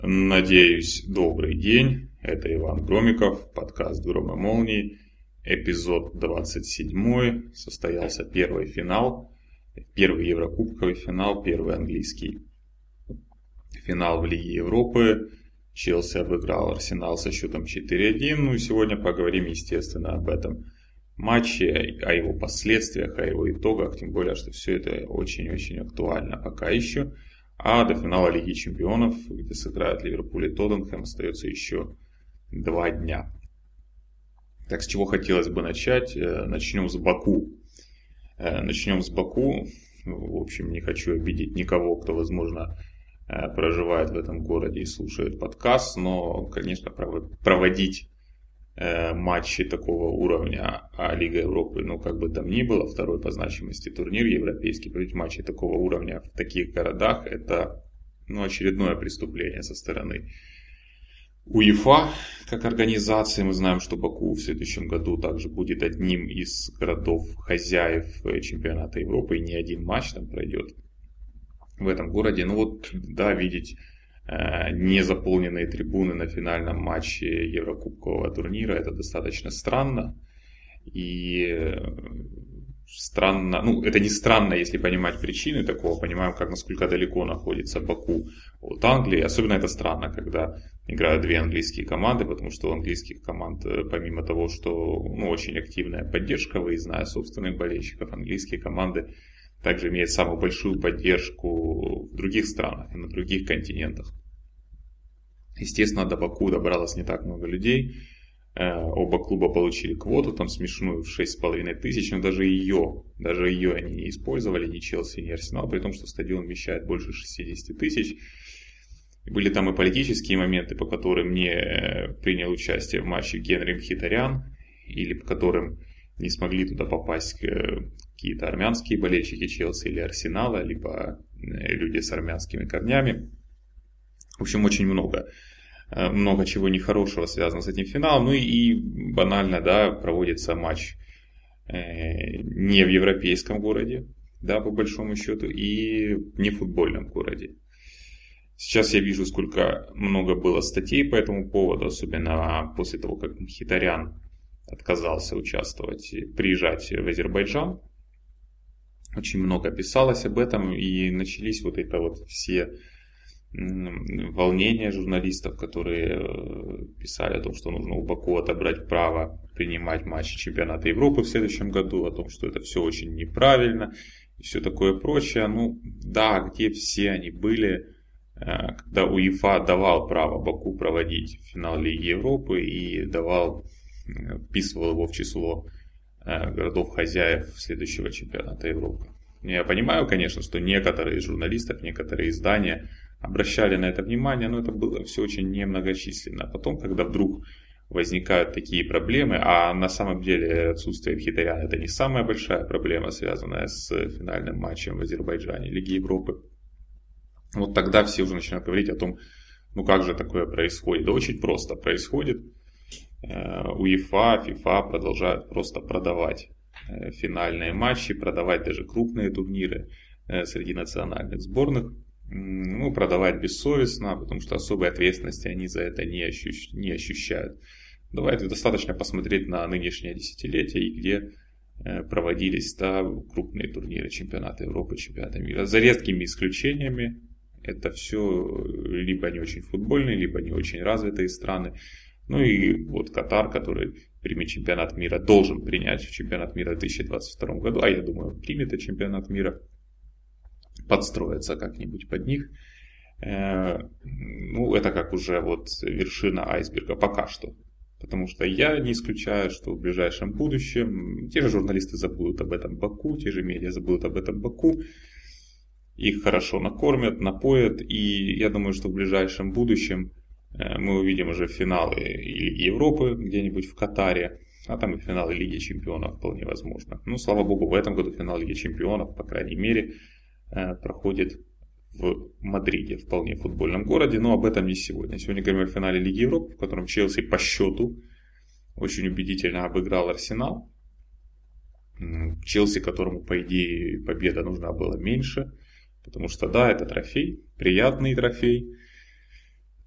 Надеюсь, добрый день. Это Иван Громиков, подкаст «Гром и молнии», эпизод 27. Состоялся первый финал, первый еврокубковый финал, первый английский финал в Лиге Европы. Челси обыграл Арсенал со счетом 4-1. Ну и сегодня поговорим, естественно, об этом матче, о его последствиях, о его итогах. Тем более, что все это очень-очень актуально пока еще. А до финала Лиги Чемпионов, где сыграют Ливерпуль и Тоттенхэм, остается еще 2 дня. Так, с чего хотелось бы начать? Начнем с Баку. В общем, не хочу обидеть никого, кто, возможно, проживает в этом городе и слушает подкаст. Но, конечно, проводить матчи такого уровня, а Лига Европы, как бы там ни было, второй по значимости турнир европейский, проводить матчи такого уровня в таких городах, это очередное преступление со стороны УЕФА как организации. Мы знаем, что Баку в следующем году также будет одним из городов-хозяев чемпионата Европы, и не один матч там пройдет в этом городе. Видеть незаполненные трибуны на финальном матче Еврокубкового турнира, это достаточно странно. И странно, это не странно, если понимать причины такого, понимаем, насколько далеко находится Баку от Англии. Особенно это странно, когда играют две английские команды, потому что у английских команд, помимо того, что очень активная поддержка выездная собственных болельщиков, английские команды также имеют самую большую поддержку в других странах и на других континентах. Естественно, до Баку добралось не так много людей. Оба клуба получили квоту, там смешную, в 6,5 тысяч, но даже ее они не использовали, ни Челси, ни Арсенал, при том, что стадион вмещает больше 60 тысяч. Были там и политические моменты, по которым не принял участие в матче Генри Мхитарян, или по которым не смогли туда попасть какие-то армянские болельщики Челси или Арсенала, либо люди с армянскими корнями. В общем, очень много чего нехорошего связано с этим финалом. И банально, проводится матч не в европейском городе, по большому счету, и не в футбольном городе. Сейчас я вижу, сколько много было статей по этому поводу, особенно после того, как Мхитарян отказался приезжать в Азербайджан. Очень много писалось об этом, и начались все волнения журналистов, которые писали о том, что нужно у Баку отобрать право принимать матчи чемпионата Европы в следующем году, о том, что это все очень неправильно и все такое прочее. Где все они были, когда УЕФА давал право Баку проводить финал Лиги Европы и вписывал его в число городов-хозяев следующего чемпионата Европы. Я понимаю, конечно, что некоторые из журналистов, некоторые издания обращали на это внимание, но это было все очень немногочисленно. Потом, когда вдруг возникают такие проблемы, а на самом деле отсутствие Мхитаряна — это не самая большая проблема, связанная с финальным матчем в Азербайджане Лиги Европы, тогда все уже начинают говорить о том, как же такое происходит. Да очень просто происходит. УЕФА, ФИФА продолжают просто продавать финальные матчи, продавать даже крупные турниры среди национальных сборных. Продавать бессовестно, потому что особой ответственности они за это не ощущают. Достаточно посмотреть на нынешнее десятилетие, и где проводились крупные турниры чемпионата Европы, чемпионата мира. За редкими исключениями это все либо не очень футбольные, либо не очень развитые страны. Катар, который примет чемпионат мира, должен принять чемпионат мира в 2022 году, а я думаю, примет чемпионат мира, подстроиться как-нибудь под них. Это как уже вершина айсберга пока что. Потому что я не исключаю, что в ближайшем будущем те же журналисты забудут об этом Баку, те же медиа забудут об этом Баку. Их хорошо накормят, напоят. И я думаю, что в ближайшем будущем мы увидим уже финалы Лиги Европы где-нибудь в Катаре, а там и финалы Лиги Чемпионов вполне возможно. Слава богу, в этом году финал Лиги Чемпионов, по крайней мере, проходит в Мадриде, вполне футбольном городе, но об этом не сегодня. Сегодня говорим о финале Лиги Европы, в котором Челси по счету очень убедительно обыграл Арсенал. Челси, которому, по идее, победа нужна была меньше, потому что, это трофей, приятный трофей.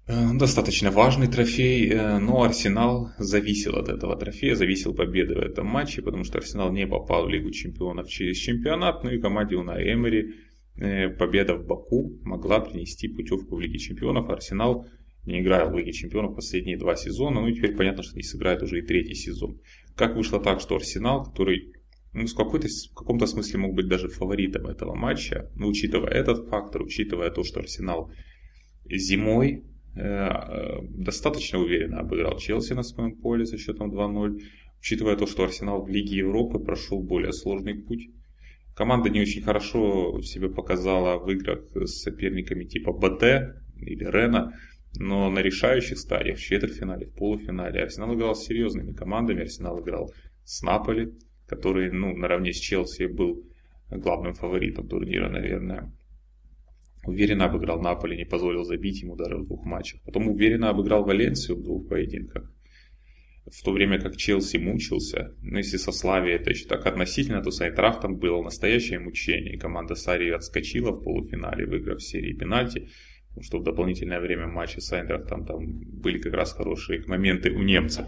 Достаточно важный трофей, но Арсенал зависел от этого трофея, зависел победы в этом матче, потому что Арсенал не попал в Лигу Чемпионов через чемпионат, ну и команде Унаи Эмери победа в Баку могла принести путевку в Лиге Чемпионов. Арсенал не играл в Лиге Чемпионов последние 2 сезона, ну и теперь понятно, что не сыграет уже и 3-й сезон. Как вышло так, что Арсенал, который в каком-то смысле мог быть даже фаворитом этого матча, но учитывая этот фактор, учитывая то, что Арсенал зимой достаточно уверенно обыграл Челси на своем поле со счетом 2-0, учитывая то, что Арсенал в Лиге Европы прошел более сложный путь. Команда не очень хорошо себя показала в играх с соперниками типа БТ или Рена, но на решающих стадиях, в четвертьфинале, в полуфинале, Арсенал играл с серьезными командами. Арсенал играл с Наполи, который наравне с Челси был главным фаворитом турнира, наверное. Уверенно обыграл Наполи, не позволил забить ему даже в 2 матчах. Потом уверенно обыграл Валенсию в 2 поединках. В то время как Челси мучился. Но если со Славией это еще так относительно, то с Айнтрахтом было настоящее мучение. Команда Сарри отскочила в полуфинале, выиграв серии пенальти. Потому что в дополнительное время матча с Айнтрахтом там были как раз хорошие моменты у немцев.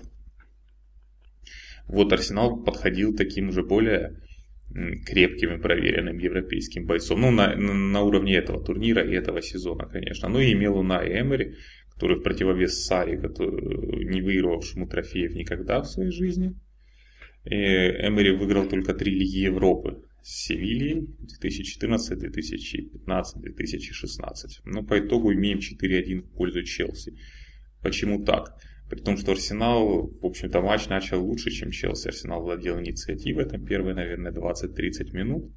Вот Арсенал подходил таким уже более крепким и проверенным европейским бойцом. На уровне этого турнира и этого сезона, конечно. Ну и имел Унаи Эмери, который в противовес Сарри, не выигрывавшему трофеев никогда в своей жизни. Эмери выиграл только 3 Лиги Европы с Севильей 2014, 2015, 2016. Но по итогу имеем 4-1 в пользу Челси. Почему так? При том, что Арсенал, в общем-то, матч начал лучше, чем Челси. Арсенал владел инициативой, там первые, наверное, 20-30 минут.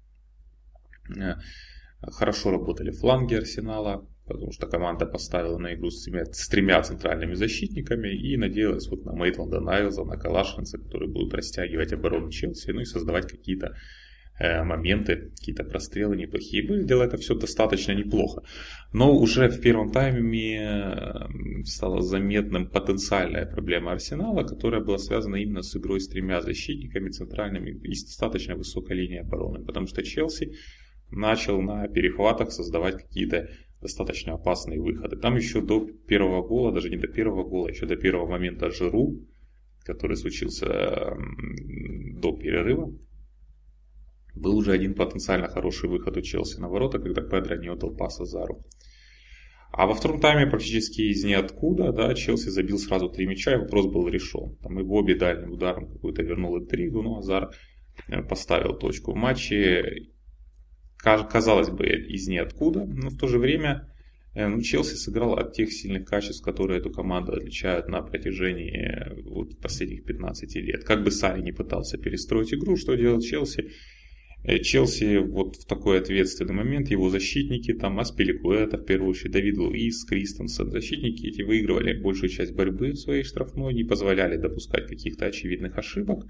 Хорошо работали фланги Арсенала, потому что команда поставила на игру с 3 центральными защитниками и надеялась вот на Мейтленда Найлза, на Калашинца, которые будут растягивать оборону Челси, ну и создавать какие-то моменты, какие-то прострелы неплохие были. Дело это все достаточно неплохо. Но уже в первом тайме стала заметным потенциальная проблема Арсенала, которая была связана именно с игрой с 3 защитниками центральными и с достаточно высокой линией обороны. Потому что Челси начал на перехватах создавать какие-то достаточно опасные выходы. Там еще до первого гола, даже не до первого гола, еще до первого момента Жиру, который случился до перерыва, был уже один потенциально хороший выход у Челси на ворота, когда Педро не отдал пас Азару. А во втором тайме практически из ниоткуда, Челси забил сразу 3 мяча, и вопрос был решен. Там и Бобби дальним ударом какую-то вернул интригу, но Азар поставил точку в матче. Казалось бы, из ниоткуда, но в то же время Челси сыграл от тех сильных качеств, которые эту команду отличают на протяжении последних 15 лет. Как бы Сарри не пытался перестроить игру, что делал Челси? Челси вот в такой ответственный момент, его защитники, там Аспиликуэта, в первую очередь Давид Луис, Кристенсен, защитники эти выигрывали большую часть борьбы в своей штрафной, не позволяли допускать каких-то очевидных ошибок,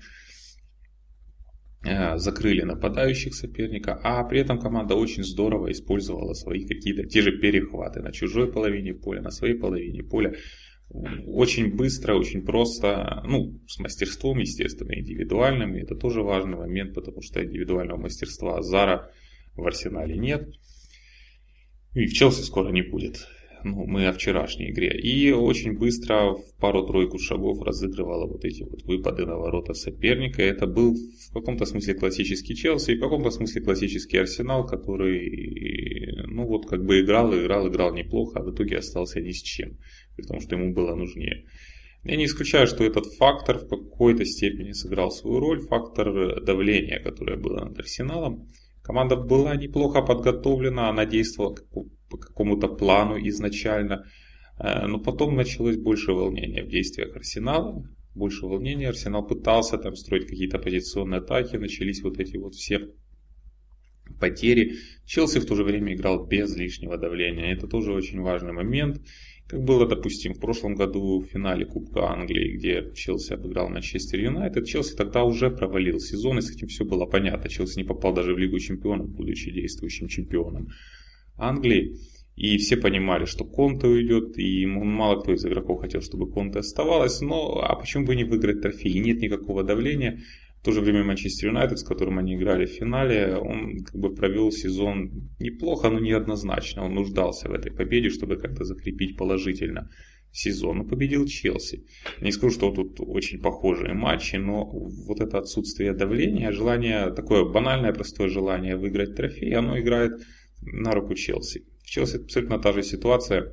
закрыли нападающих соперника, а при этом команда очень здорово использовала свои какие-то те же перехваты на чужой половине поля, на своей половине поля. Очень быстро, очень просто, с мастерством, естественно, индивидуальным, и это тоже важный момент, потому что индивидуального мастерства Азара в Арсенале нет, и в Челси скоро не будет. Мы о вчерашней игре. И очень быстро в пару-тройку шагов разыгрывала вот эти вот выпады на ворота соперника. Это был в каком-то смысле классический Челси, и в каком-то смысле классический Арсенал, который, играл неплохо, а в итоге остался ни с чем, при том, что ему было нужнее. Я не исключаю, что этот фактор в какой-то степени сыграл свою роль, фактор давления, которое было над Арсеналом. Команда была неплохо подготовлена, она действовала по какому-то плану изначально, но потом началось больше волнения в действиях Арсенала, больше волнения, Арсенал пытался там строить какие-то позиционные атаки, начались вот эти вот все потери. Челси в то же время играл без лишнего давления, это тоже очень важный момент. Как было, допустим, в прошлом году в финале Кубка Англии, где Челси обыграл Манчестер Юнайтед, Челси тогда уже провалил сезон, и с этим все было понятно. Челси не попал даже в Лигу Чемпионов, будучи действующим чемпионом Англии. И все понимали, что Конте уйдет, и мало кто из игроков хотел, чтобы Конте оставалось. А почему бы не выиграть трофей? И нет никакого давления. В то же время Манчестер Юнайтед, с которым они играли в финале, он как бы провел сезон неплохо, но неоднозначно. Он нуждался в этой победе, чтобы как-то закрепить положительно сезон. Но победил Челси. Не скажу, что тут очень похожие матчи, но вот это отсутствие давления, желание, такое банальное, простое желание выиграть трофей, оно играет на руку Челси. В Челси абсолютно та же ситуация.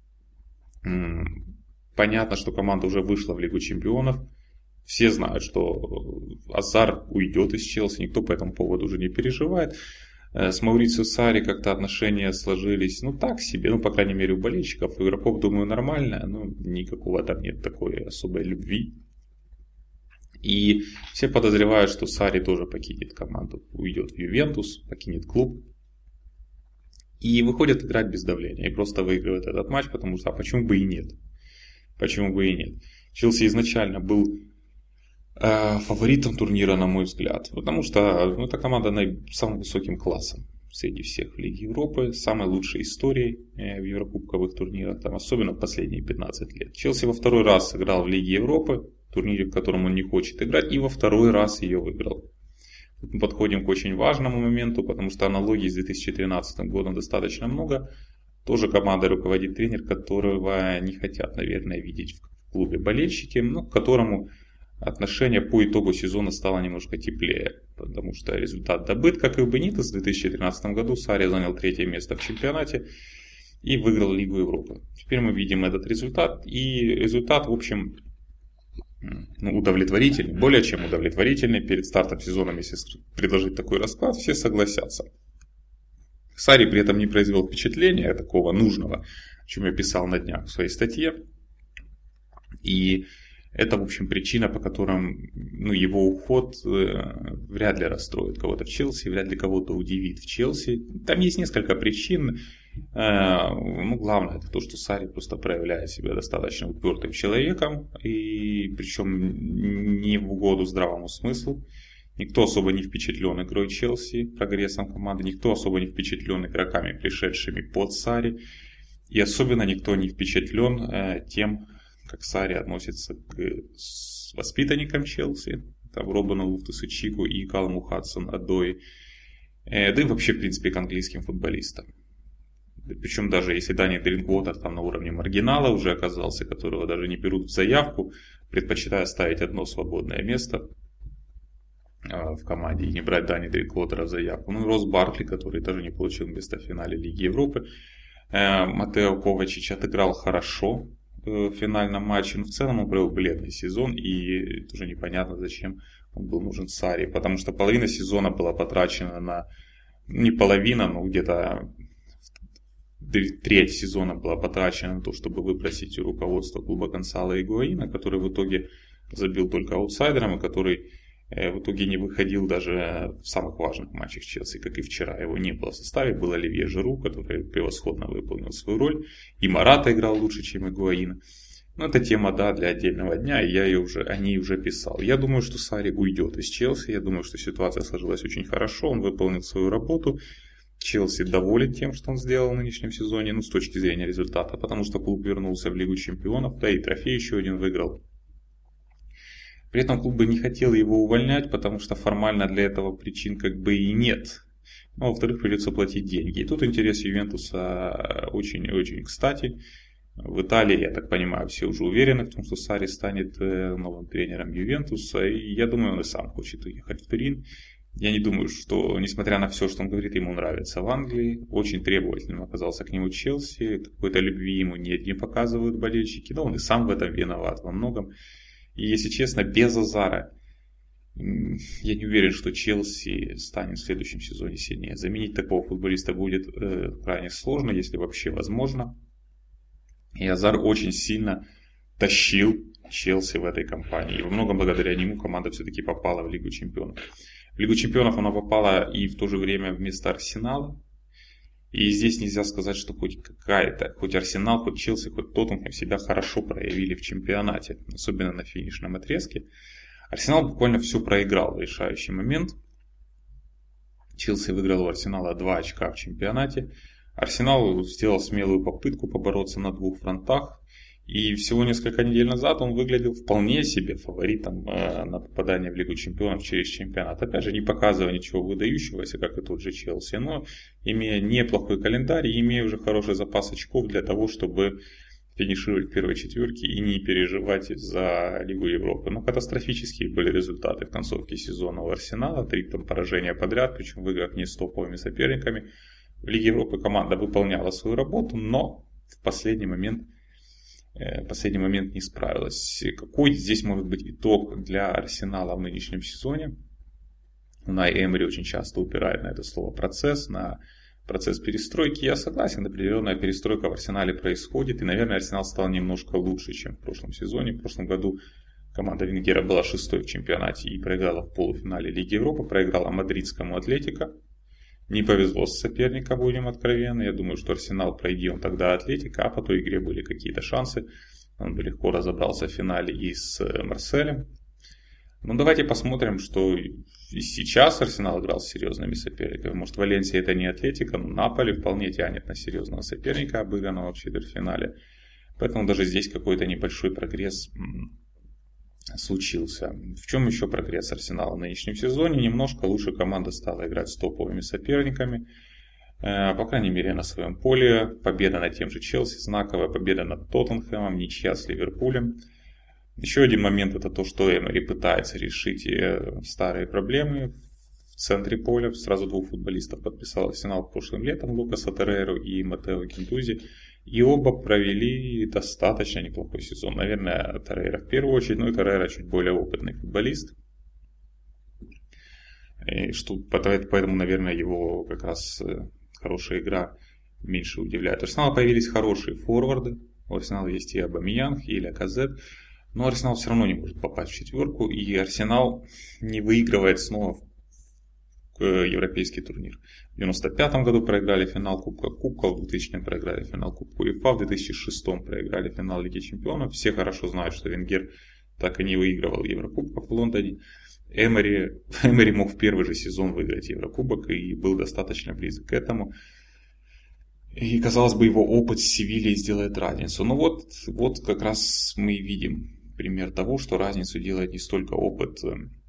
Понятно, что команда уже вышла в Лигу Чемпионов. Все знают, что Азар уйдет из Челси, никто по этому поводу уже не переживает. С Маурицио Сарри как-то отношения сложились, так себе, по крайней мере у болельщиков, у игроков, думаю, нормально, но никакого там нет такой особой любви. И все подозревают, что Сарри тоже покинет команду, уйдет в Ювентус, покинет клуб. И выходит играть без давления, и просто выигрывает этот матч, потому что, почему бы и нет? Почему бы и нет? Челси изначально был фаворитом турнира, на мой взгляд, потому что эта команда с самым высоким классом среди всех в Лиге Европы, самой лучшей историей в еврокубковых турнирах, особенно в последние 15 лет. Челси во второй раз сыграл в Лиге Европы, турнире, в котором он не хочет играть, и во второй раз ее выиграл. Тут мы подходим к очень важному моменту, потому что аналогий с 2013 годом достаточно много. Тоже командой руководит тренер, которого не хотят, наверное, видеть в клубе болельщики, к которому отношение по итогу сезона стало немножко теплее, потому что результат добыт, как и у Бенитеса. В 2013 году Сарри занял 3-е место в чемпионате и выиграл Лигу Европы. Теперь мы видим этот результат, и результат, в общем, удовлетворительный, более чем удовлетворительный. Перед стартом сезона, если предложить такой расклад, все согласятся. Сарри при этом не произвел впечатления такого нужного, о чем я писал на днях в своей статье. И это, в общем, причина, по которым его уход вряд ли расстроит кого-то в Челси, вряд ли кого-то удивит в Челси. Там есть несколько причин. Главное, это то, что Сарри просто проявляет себя достаточно упертым человеком, и причем не в угоду здравому смыслу. Никто особо не впечатлен игрой Челси, прогрессом команды, никто особо не впечатлен игроками, пришедшими под Сарри. И особенно никто не впечатлен тем, как Сарри относится к воспитанникам Челси, Робину Лофтусу-Чику и Калуму Хадсон-Одои, да и вообще, в принципе, к английским футболистам. Причем даже если Дани Дринквотер на уровне маргинала уже оказался, которого даже не берут в заявку, предпочитая оставить одно свободное место в команде и не брать Дани Дринквотера в заявку. Росс Баркли, который тоже не получил место в финале Лиги Европы. Матео Ковачич отыграл хорошо в финальном матче, но в целом он провел бледный сезон, и тоже непонятно, зачем он был нужен Сарри, потому что половина сезона была потрачена на, не половина, но где-то треть сезона была потрачена на то, чтобы выпросить у руководства клуба Гонсало Игуаина, который в итоге забил только аутсайдером, и который в итоге не выходил даже в самых важных матчах Челси, как и вчера. Его не было в составе, был Оливье Жиру, который превосходно выполнил свою роль. И Мората играл лучше, чем Игуаин. Но это тема, для отдельного дня, и я о ней уже писал. Я думаю, что Сарри уйдет из Челси. Я думаю, что ситуация сложилась очень хорошо. Он выполнил свою работу. Челси доволен тем, что он сделал в нынешнем сезоне, с точки зрения результата, потому что клуб вернулся в Лигу Чемпионов, да и трофей еще один выиграл. При этом клуб бы не хотел его увольнять, потому что формально для этого причин и нет. Но, во-вторых, придется платить деньги. И тут интерес Ювентуса очень-очень кстати. В Италии, я так понимаю, все уже уверены в том, что Сарри станет новым тренером Ювентуса. И я думаю, он и сам хочет уехать в Турин. Я не думаю, что, несмотря на все, что он говорит, ему нравится в Англии. Очень требовательным оказался к нему Челси. Какой-то любви ему не показывают болельщики. Но он и сам в этом виноват во многом. И, если честно, без Азара я не уверен, что Челси станет в следующем сезоне сильнее. Заменить такого футболиста будет крайне сложно, если вообще возможно. И Азар очень сильно тащил Челси в этой кампании. И во многом благодаря нему команда все-таки попала в Лигу Чемпионов. В Лигу Чемпионов она попала и в то же время вместо Арсенала. И здесь нельзя сказать, что хоть Арсенал, хоть Челси, хоть Тоттенхэм себя хорошо проявили в чемпионате, особенно на финишном отрезке. Арсенал буквально все проиграл в решающий момент. Челси выиграл у Арсенала 2 очка в чемпионате. Арсенал сделал смелую попытку побороться на двух фронтах. И всего несколько недель назад он выглядел вполне себе фаворитом на попадание в Лигу Чемпионов через чемпионат. Опять же, не показывая ничего выдающегося, как и тот же Челси, но имея неплохой календарь и имея уже хороший запас очков для того, чтобы финишировать в первой четверке и не переживать за Лигу Европы. Но катастрофические были результаты в концовке сезона у Арсенала. 3 поражения подряд, причем в играх не с топовыми соперниками. В Лиге Европы команда выполняла свою работу, но в последний момент не справилась. Какой здесь может быть итог для Арсенала в нынешнем сезоне? Унай Эмери очень часто упирает на это слово «процесс», на процесс перестройки. Я согласен, определенная перестройка в Арсенале происходит. И, наверное, Арсенал стал немножко лучше, чем в прошлом сезоне. В прошлом году команда Венгера была 6-й в чемпионате и проиграла в полуфинале Лиги Европы. Проиграла мадридскому Атлетико. Не повезло с соперником, будем откровенны. Я думаю, что Арсенал, пройди он тогда Атлетико, а по той игре были какие-то шансы. Он бы легко разобрался в финале и с Марселем. Ну, давайте посмотрим, что и сейчас Арсенал играл с серьезными соперниками. Может, Валенсия это не Атлетико, но Наполи вполне тянет на серьезного соперника, обыгранного в четвертьфинале. Поэтому даже здесь какой-то небольшой прогресс случился. В чем еще прогресс Арсенала в нынешнем сезоне? Немножко лучше команда стала играть с топовыми соперниками. По крайней мере на своем поле. Победа над тем же Челси, знаковая победа над Тоттенхэмом, ничья с Ливерпулем. Еще один момент это то, что Эмери пытается решить старые проблемы в центре поля. Сразу 2 футболистов подписал Арсенал прошлым летом, Лукаса Торрейру и Матео Гендузи. И оба провели достаточно неплохой сезон. Наверное, Торрейра в первую очередь, но и Торрейра чуть более опытный футболист. И поэтому, наверное, его как раз хорошая игра меньше удивляет. У Арсенала появились хорошие форварды. У Арсенала есть и Абамеянг, и Ляказет. Но Арсенал все равно не может попасть в четверку. И Арсенал не выигрывает снова европейский турнир. В 1995 году проиграли финал Кубка Кубков, в 2000 проиграли финал Кубка УЕФА, в 2006 проиграли финал Лиги Чемпионов. Все хорошо знают, что Венгер так и не выигрывал Еврокубков в Лондоне. Эмери мог в первый же сезон выиграть Еврокубок и был достаточно близок к этому. И, казалось бы, его опыт с Севильей сделает разницу. Но вот как раз мы и видим пример того, что разницу делает не столько опыт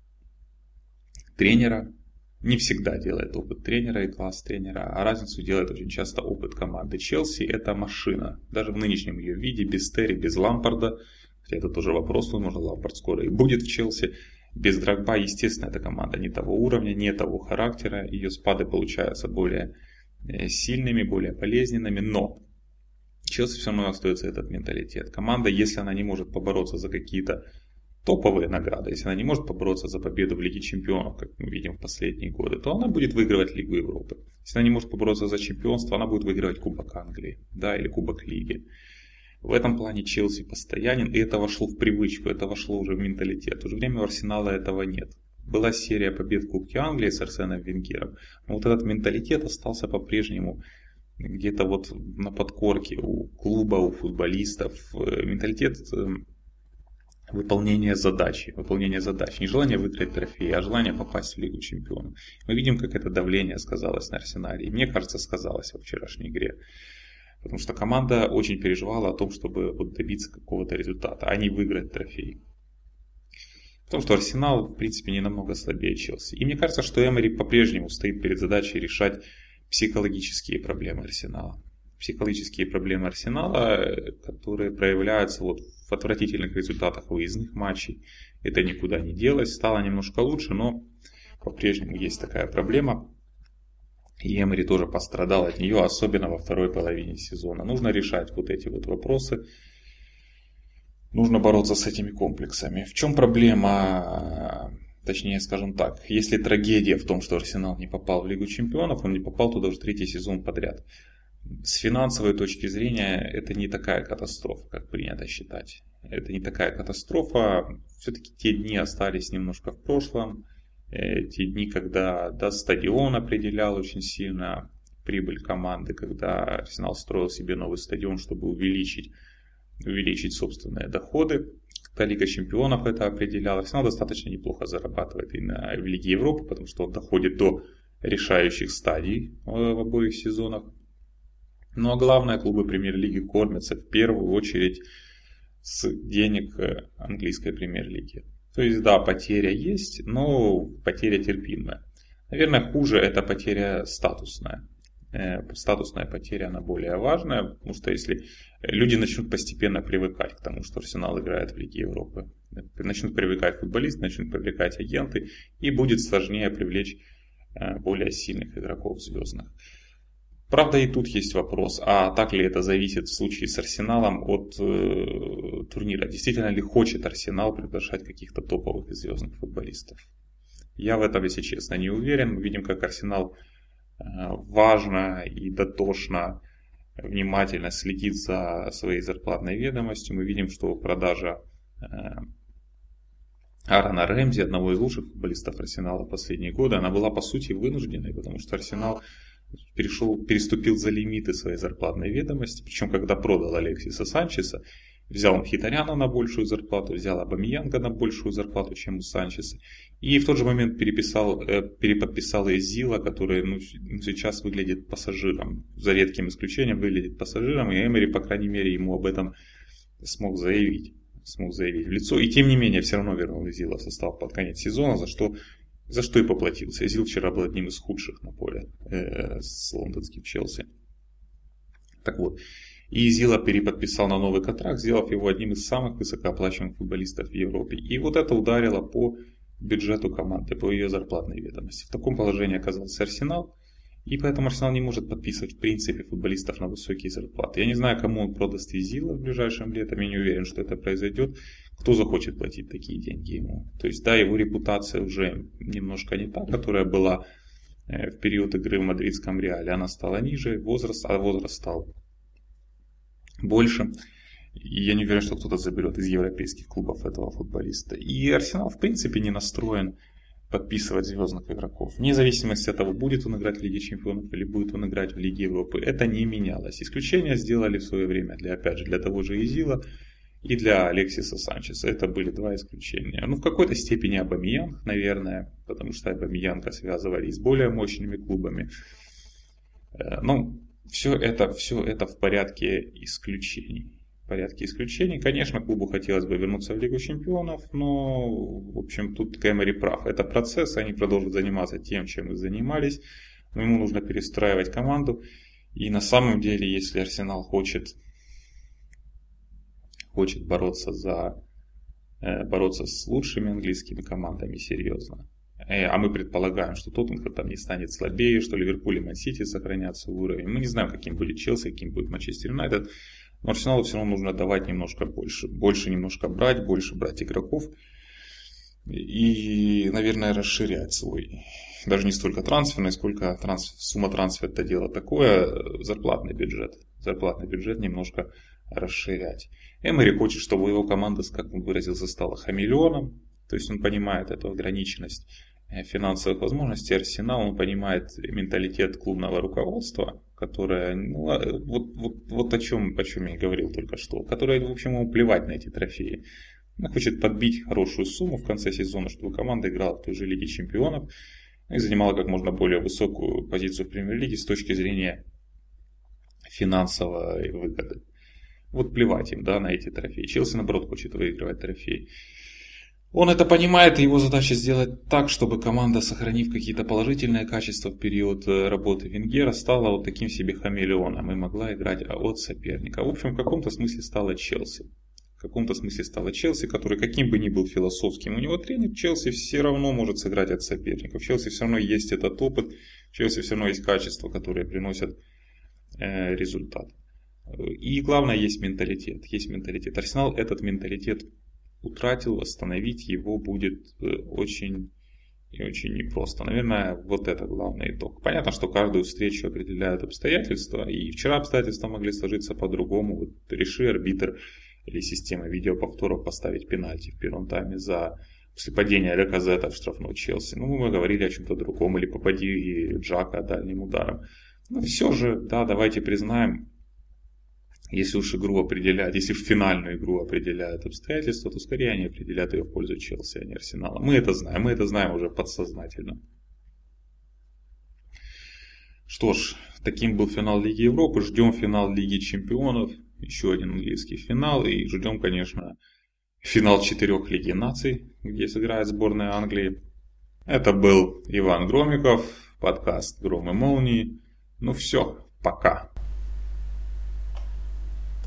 тренера, не всегда делает опыт тренера и класс тренера, а разницу делает очень часто опыт команды. Челси это машина. Даже в нынешнем ее виде, без Терри, без Лампарда, хотя это тоже вопрос, возможно, Лампард скоро и будет в Челси. Без Дрогба, естественно, эта команда не того уровня, не того характера, ее спады получаются более сильными, более болезненными, но Челси все равно остается этот менталитет. Команда, если она не может побороться за какие-то топовые награды, если она не может побороться за победу в Лиге Чемпионов, как мы видим в последние годы, то она будет выигрывать Лигу Европы. Если она не может побороться за чемпионство, она будет выигрывать Кубок Англии, или Кубок Лиги. В этом плане Челси постоянен, и это вошло в привычку, это вошло уже в менталитет. Уже время у Арсенала этого нет. Была серия побед в Кубке Англии с Арсеном Венгером, но вот этот менталитет остался по-прежнему где-то вот на подкорке у клуба, у футболистов. Менталитет выполнения задач. Не желание выиграть трофей, а желание попасть в Лигу Чемпионов. Мы видим, как это давление сказалось на Арсенале. И мне кажется, сказалось во вчерашней игре. Потому что команда очень переживала о том, чтобы добиться какого-то результата, а не выиграть трофей. Потому что Арсенал, в принципе, не намного слабее Челси. И мне кажется, что Эмери по-прежнему стоит перед задачей решать психологические проблемы Арсенала. Психологические проблемы Арсенала, которые проявляются в отвратительных результатах выездных матчей. Это никуда не делось. Стало немножко лучше, но по-прежнему есть такая проблема. И Эмери тоже пострадал от нее, особенно во второй половине сезона. Нужно решать вот эти вот вопросы. Нужно бороться с этими комплексами. В чем проблема? Точнее, скажем так, если трагедия в том, что Арсенал не попал в Лигу Чемпионов, он не попал туда уже 3-й сезон подряд. С финансовой точки зрения это не такая катастрофа, как принято считать. Это не такая катастрофа. Все-таки те дни остались немножко в прошлом. Те дни, когда стадион определял очень сильно прибыль команды, когда Арсенал строил себе новый стадион, чтобы увеличить собственные доходы. Когда Лига Чемпионов это определяла. Арсенал достаточно неплохо зарабатывает и в Лиге Европы, потому что он доходит до решающих стадий в обоих сезонах. Ну а главное, клубы Премьер-лиги кормятся в первую очередь с денег английской премьер-лиги. То есть, да, потеря есть, но потеря терпимая. Наверное, хуже это потеря статусная. Статусная потеря, она более важная, потому что если люди начнут постепенно привыкать к тому, что Арсенал играет в Лиге Европы, начнут привыкать футболисты, начнут привлекать агенты, и будет сложнее привлечь более сильных игроков звездных. Правда, и тут есть вопрос, а так ли это зависит в случае с Арсеналом от турнира? Действительно ли хочет Арсенал приглашать каких-то топовых и звездных футболистов? Я в этом, если честно, не уверен. Мы видим, как Арсенал важно и дотошно, внимательно следит за своей зарплатной ведомостью. Мы видим, что продажа Аарона Рэмзи, одного из лучших футболистов Арсенала в последние годы, она была по сути вынужденной, потому что Арсенал переступил за лимиты своей зарплатной ведомости. Причем, когда продал Алексиса Санчеса, взял Мхитаряна на большую зарплату, взял Абамеянга на большую зарплату, чем у Санчеса. И в тот же момент переподписал Эзила, который сейчас выглядит пассажиром. За редким исключением выглядит пассажиром. И Эмери, по крайней мере, ему об этом смог заявить в лицо. И тем не менее, все равно вернул Эзила в состав под конец сезона, за что и поплатился. Эзил вчера был одним из худших на поле с лондонским Челси. Так вот. И Эзила переподписал на новый контракт, сделав его одним из самых высокооплачиваемых футболистов в Европе. И вот это ударило по бюджету команды, по ее зарплатной ведомости. В таком положении оказался Арсенал. И поэтому Арсенал не может подписывать в принципе футболистов на высокие зарплаты. Я не знаю, кому он продаст Эзила в ближайшем летом. Я не уверен, что это произойдет. Кто захочет платить такие деньги ему? То есть, да, его репутация уже немножко не та, которая была в период игры в мадридском Реале. Она стала ниже, возраст стал больше. И я не уверен, что кто-то заберет из европейских клубов этого футболиста. И Арсенал в принципе не настроен подписывать звездных игроков. Вне зависимости от того, будет он играть в Лиге Чемпионов или будет он играть в Лиге Европы. Это не менялось. Исключения сделали в свое время для того же Эзила и для Алексиса Санчеса. Это были два исключения. В какой-то степени Абамеянг, наверное, потому что Абамеянга связывали с более мощными клубами. Все это в порядке исключений. Конечно, клубу хотелось бы вернуться в Лигу Чемпионов, но, в общем, тут Эмери прав. Это процесс, они продолжат заниматься тем, чем и занимались. Но ему нужно перестраивать команду. И на самом деле, если Арсенал хочет бороться с лучшими английскими командами серьезно, а мы предполагаем, что Тоттенхэм там не станет слабее, что Ливерпуль и Ман-Сити сохранят свой уровень. Мы не знаем, каким будет Челси, каким будет Манчестер Юнайтед. Но Арсеналу все равно нужно давать немножко больше немножко брать, больше брать игроков. И, наверное, расширять свой, даже не столько трансферный, сколько сумма трансфера — это дело такое, зарплатный бюджет немножко расширять. Эмери хочет, чтобы его команда, как он выразился, стала хамелеоном. То есть он понимает эту ограниченность финансовых возможностей Арсенала, он понимает менталитет клубного руководства, которое, вот о чем я и говорил только что, которое, в общем, ему плевать на эти трофеи. Она хочет подбить хорошую сумму в конце сезона, чтобы команда играла в той же Лиге Чемпионов и занимала как можно более высокую позицию в Премьер-лиге с точки зрения финансовой выгоды. Вот плевать им, на эти трофеи. Челси, наоборот, хочет выигрывать трофеи. Он это понимает, и его задача сделать так, чтобы команда, сохранив какие-то положительные качества в период работы Венгера, стала вот таким себе хамелеоном и могла играть от соперника. В общем, в каком-то смысле стала Челси. Который, каким бы ни был философским у него тренер, Челси все равно может сыграть от соперников. В Челси все равно есть этот опыт, в Челси все равно есть качества, которые приносят результат. И главное, есть менталитет. Арсенал этот менталитет утратил, восстановить его будет очень и очень непросто. Наверное, вот это главный итог. Понятно, что каждую встречу определяют обстоятельства, и вчера обстоятельства могли сложиться по-другому. Вот реши арбитр или система видеоповторов поставить пенальти в первом тайме после падения Ляказета в штрафной Челси. Мы говорили о чем-то другом, или попади Джака дальним ударом. Но все же, давайте признаем, если уж финальную игру определяют обстоятельства, то скорее они определяют ее в пользу Челси, а не Арсенала. Мы это знаем уже подсознательно. Что ж, таким был финал Лиги Европы. Ждем финал Лиги Чемпионов. еще один английский финал. И ждем, конечно, финал 4 Лиги Наций, где сыграет сборная Англии. Это был Иван Громиков, подкаст «Гром и молнии». Ну все, пока.